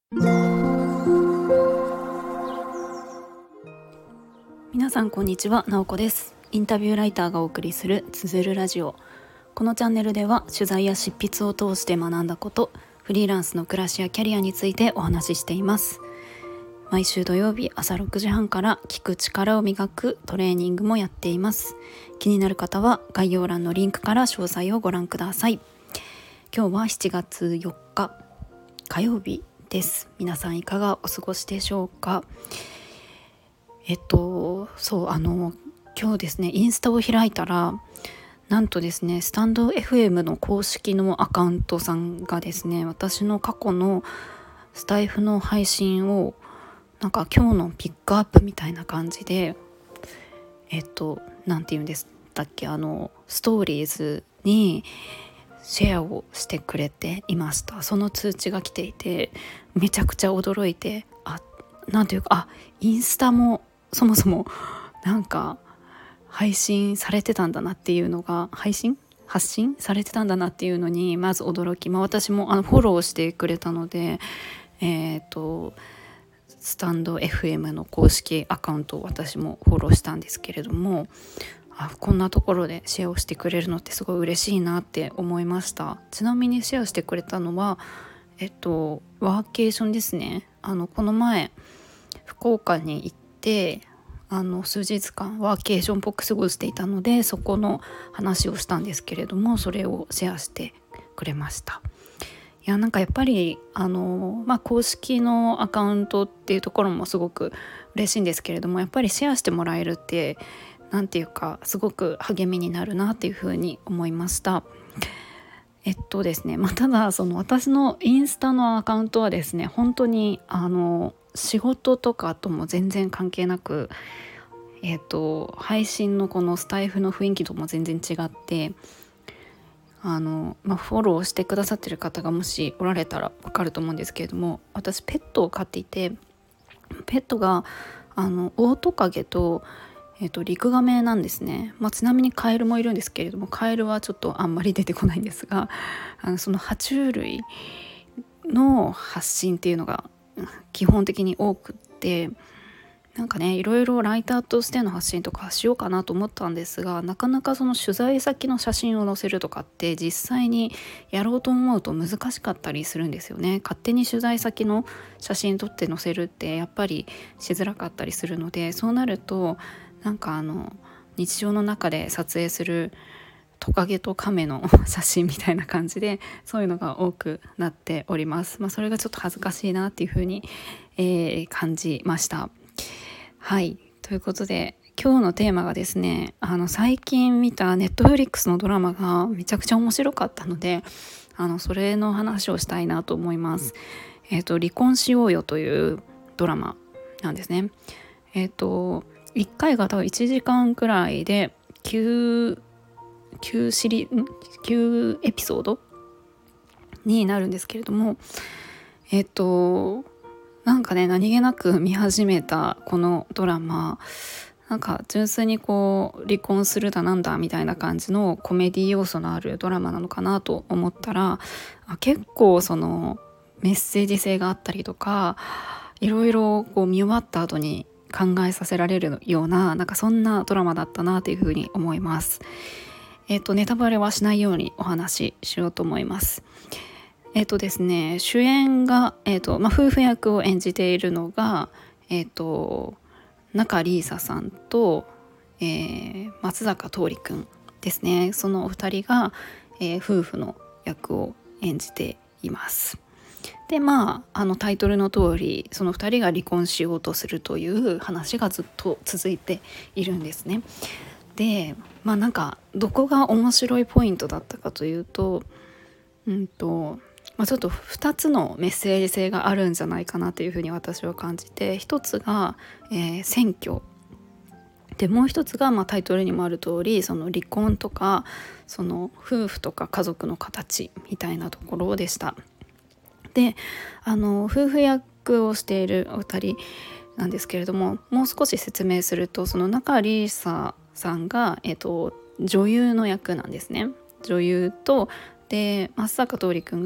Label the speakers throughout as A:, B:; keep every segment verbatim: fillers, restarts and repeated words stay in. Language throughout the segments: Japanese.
A: 皆さんこんにちは、なおこです。インタビューライターがお送りするつづるラジオ。このチャンネルでは取材や執筆を通して学んだこと、フリーランスの暮らしやキャリアについてお話ししています。毎週土曜日朝ろくじはんから聞く力を磨くトレーニングもやっています。気になる方は概要欄のリンクから詳細をご覧ください。今日はしちがつよっか火曜日です。皆さんいかがお過ごしでしょうか。えっとそうあの今日ですねインスタを開いたらなんとですねスタンド エフエム の公式のアカウントさんがですね私の過去のスタイフの配信をなんか今日のピックアップみたいな感じでえっとなんて言うんですだっけあのストーリーズにシェアをしてくれていました。その通知が来ていてめちゃくちゃ驚いて、あなんていうかあインスタもそもそもなんか配信されてたんだなっていうのが配信発信されてたんだなっていうのにまず驚き、まあ、私もあのフォローしてくれたのでえっとスタンド エフエム の公式アカウントを私もフォローしたんですけれども、あこんなところでシェアをしてくれるのってすごい嬉しいなって思いました。ちなみにシェアしてくれたのはえっとワーケーションですね。あのこの前福岡に行ってあの数日間ワーケーションっぽく過ごしていたのでそこの話をしたんですけれども、それをシェアしてくれました。いやなんかやっぱりあの、まあ、公式のアカウントっていうところもすごく嬉しいんですけれども、やっぱりシェアしてもらえるってなんていうかすごく励みになるなっていうふうに思いました。えっとですね、まあ、ただその私のインスタのアカウントはですね本当にあの仕事とかとも全然関係なく、えっと配信のこのスタイフの雰囲気とも全然違って、あの、まあ、フォローしてくださってる方がもしおられたらわかると思うんですけれども、私ペットを飼っていて、ペットがあのオオトカゲと、えっと、リクガメなんですね。まあ、ちなみにカエルもいるんですけれども、カエルはちょっとあんまり出てこないんですが、あのその爬虫類の発信っていうのが基本的に多くって、なんかねいろいろライターとしての発信とかしようかなと思ったんですが、なかなかその取材先の写真を載せるとかって実際にやろうと思うと難しかったりするんですよね。勝手に取材先の写真撮って載せるってやっぱりしづらかったりするので、そうなるとなんかあの日常の中で撮影するトカゲとカメの写真みたいな感じでそういうのが多くなっております。まあ、それがちょっと恥ずかしいなっていうふうに、えー、感じました。はい、ということで今日のテーマがですね、あの最近見たネットフリックスのドラマがめちゃくちゃ面白かったので、あのそれの話をしたいなと思います。えっと離婚しようよというドラマなんですね。えっといっかいが多分いちじかんくらいできゅう、きゅうシリきゅうエピソードになるんですけれども、えっとなんかね何気なく見始めたこのドラマ、なんか純粋にこう離婚するだなんだみたいな感じのコメディ要素のあるドラマなのかなと思ったら、あ結構そのメッセージ性があったりとか、いろいろこう見終わった後に考えさせられるような、なんかそんなドラマだったなというふうに思います。えっとネタバレはしないようにお話ししようと思います。えっとですね主演が、えっとまあ、夫婦役を演じているのが、えっと仲里依紗さんと、えー、松坂桃李くんですね。そのお二人が、えー、夫婦の役を演じています。でまああのタイトルの通りそのふたりが離婚しようとするという話がずっと続いているんですね。でまあなんかどこが面白いポイントだったかというと、うんとまあ、ちょっとふたつのメッセージ性があるんじゃないかなというふうに私は感じて、ひとつが、えー、選挙で、もう一つが、まあ、タイトルにもある通りその離婚とかその夫婦とか家族の形みたいなところでした。であの夫婦役をしているお二人なんですけれども、もう少し説明するとその仲里依紗さんが、えっと、女優の役なんですね。女優とで松坂桃李くんが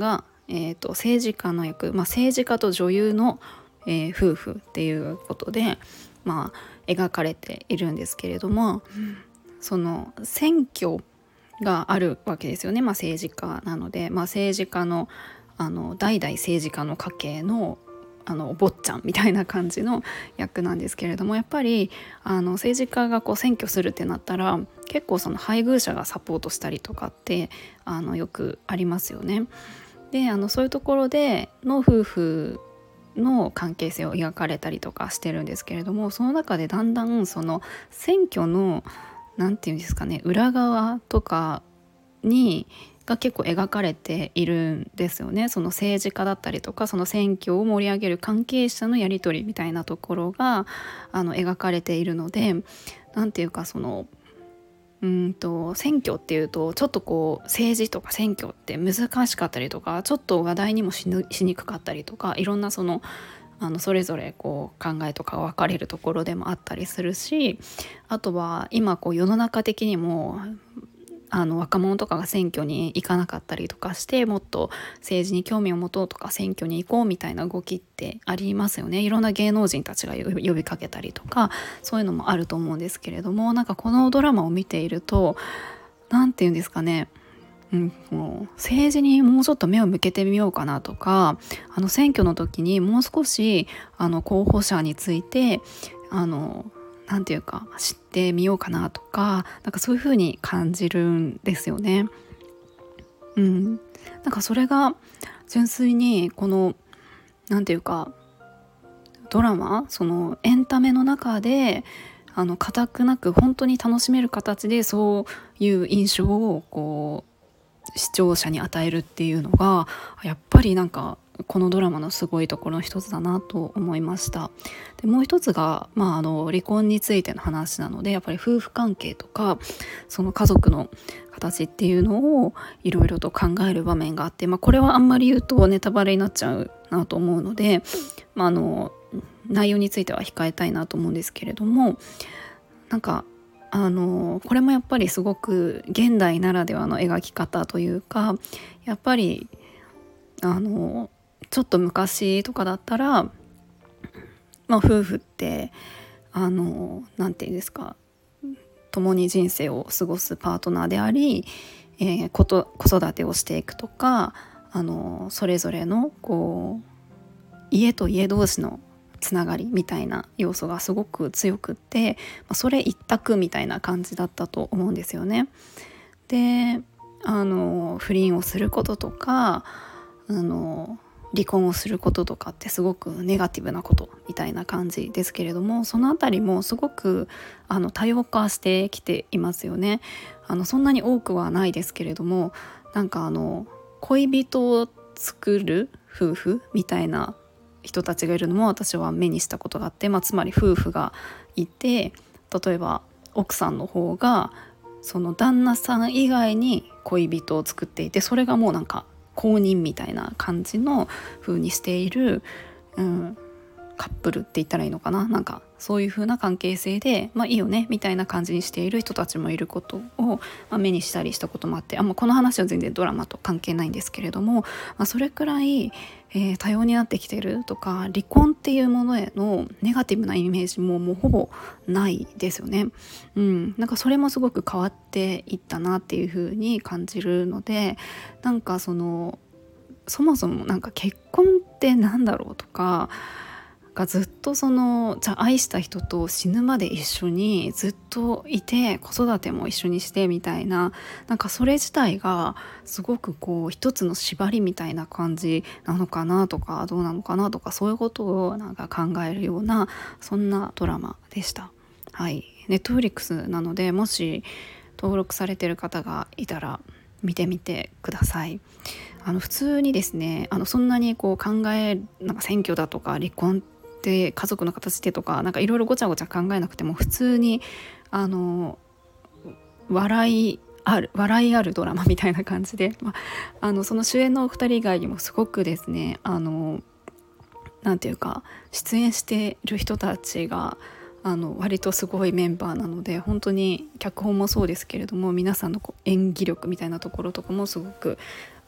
A: えーと、政治家の役、まあ、政治家と女優の、えー夫婦っていうことで、まあ、描かれているんですけれども、その選挙があるわけですよね、まあ、政治家なので、まあ、政治家の、あの代々政治家の家系のあのお坊ちゃんみたいな感じの役なんですけれども、やっぱりあの政治家がこう選挙するってなったら結構その配偶者がサポートしたりとかってあのよくありますよね。であのそういうところでの夫婦の関係性を描かれたりとかしてるんですけれども、その中でだんだんその選挙のなんていうんですかね、裏側とかにが結構描かれているんですよね。その政治家だったりとかその選挙を盛り上げる関係者のやり取りみたいなところがあの描かれているので、なんていうかそのうんと選挙っていうとちょっとこう政治とか選挙って難しかったりとか、ちょっと話題にもしぬしにくかったりとか、いろんなそのあのそれぞれこう考えとか分かれるところでもあったりするし、あとは今こう世の中的にもあの若者とかが選挙に行かなかったりとかして、もっと政治に興味を持とうとか選挙に行こうみたいな動きってありますよね。いろんな芸能人たちが呼びかけたりとかそういうのもあると思うんですけれども、なんかこのドラマを見ているとなんていうんですかね、うん、もう政治にもうちょっと目を向けてみようかなとか、あの選挙の時にもう少しあの候補者についてあのなんていうか知ってみようかなとか、なんかそういう風に感じるんですよね。うん、なんかそれが純粋にこのなんていうかドラマ、そのエンタメの中であの固くなく本当に楽しめる形でそういう印象をこう視聴者に与えるっていうのがやっぱりなんかこのドラマのすごいところの一つだなと思いました。でもう一つが、まあ、あの離婚についての話なので、やっぱり夫婦関係とかその家族の形っていうのをいろいろと考える場面があって、まあ、これはあんまり言うとネタバレになっちゃうなと思うので、まあ、あの内容については控えたいなと思うんですけれども、なんかあのこれもやっぱりすごく現代ならではの描き方というか、やっぱりあのちょっと昔とかだったら、まあ、夫婦ってあのなんていうんですか、共に人生を過ごすパートナーであり、えー、こと子育てをしていくとか、あのそれぞれのこう家と家同士のつながりみたいな要素がすごく強くって、それ一択みたいな感じだったと思うんですよね。であの不倫をすることとかあの離婚をすることとかってすごくネガティブなことみたいな感じですけれども、そのあたりもすごくあの多様化してきていますよね。あのそんなに多くはないですけれども、なんかあの恋人を作る夫婦みたいな人たちがいるのも私は目にしたことがあって、まあ、つまり夫婦がいて、例えば奥さんの方がその旦那さん以外に恋人を作っていて、それがもうなんか公認みたいな感じの風にしている、うん、カップルって言ったらいいのかな、なんかそういう風な関係性で、まあいいよねみたいな感じにしている人たちもいることを、まあ、目にしたりしたこともあって、あ、もうこの話は全然ドラマと関係ないんですけれども、まあ、それくらい、えー、多様になってきてるとか、離婚っていうものへのネガティブなイメージももうほぼないですよね。うん、なんかそれもすごく変わっていったなっていう風に感じるので、なんかそのそもそもなんか結婚ってなんだろうとかがずっとそのじゃあ愛した人と死ぬまで一緒にずっといて子育ても一緒にしてみたいな、なんかそれ自体がすごくこう一つの縛りみたいな感じなのかなとかどうなのかなとか、そういうことをなんか考えるようなそんなドラマでした。はい、ネットフリックスなので、もし登録されてる方がいたら見てみてください。あの普通にですね、あのそんなにこう考えなんか選挙だとか離婚で家族の形でとかなんかいろいろごちゃごちゃ考えなくても、普通にあの笑いある笑いあるドラマみたいな感じで、まあ、あのその主演のお二人以外にもすごくですね、あのなんていうか出演している人たちがあの割とすごいメンバーなので、本当に脚本もそうですけれども皆さんのこう演技力みたいなところとかもすごく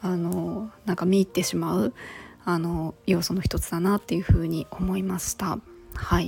A: あのなんか見入ってしまうあの要素の一つだなっていうふうに思いました。はい、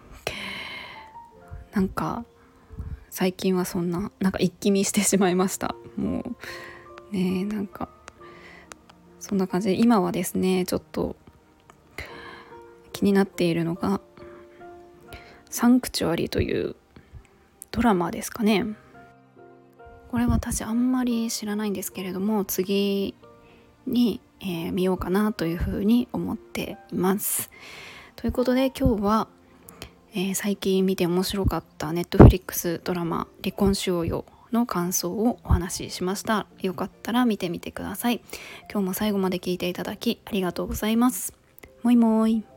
A: なんか最近はそんななんか一気見してしまいました。もうね、なんかそんな感じで今はですね、ちょっと気になっているのがサンクチュアリというドラマですかね。これ私あんまり知らないんですけれども、次に、えー見ようかなというふうに思っています。ということで今日は、えー最近見て面白かったネットフリックスドラマ離婚しようよの感想をお話ししました。よかったら見てみてください。今日も最後まで聞いていただきありがとうございます。もいもーい。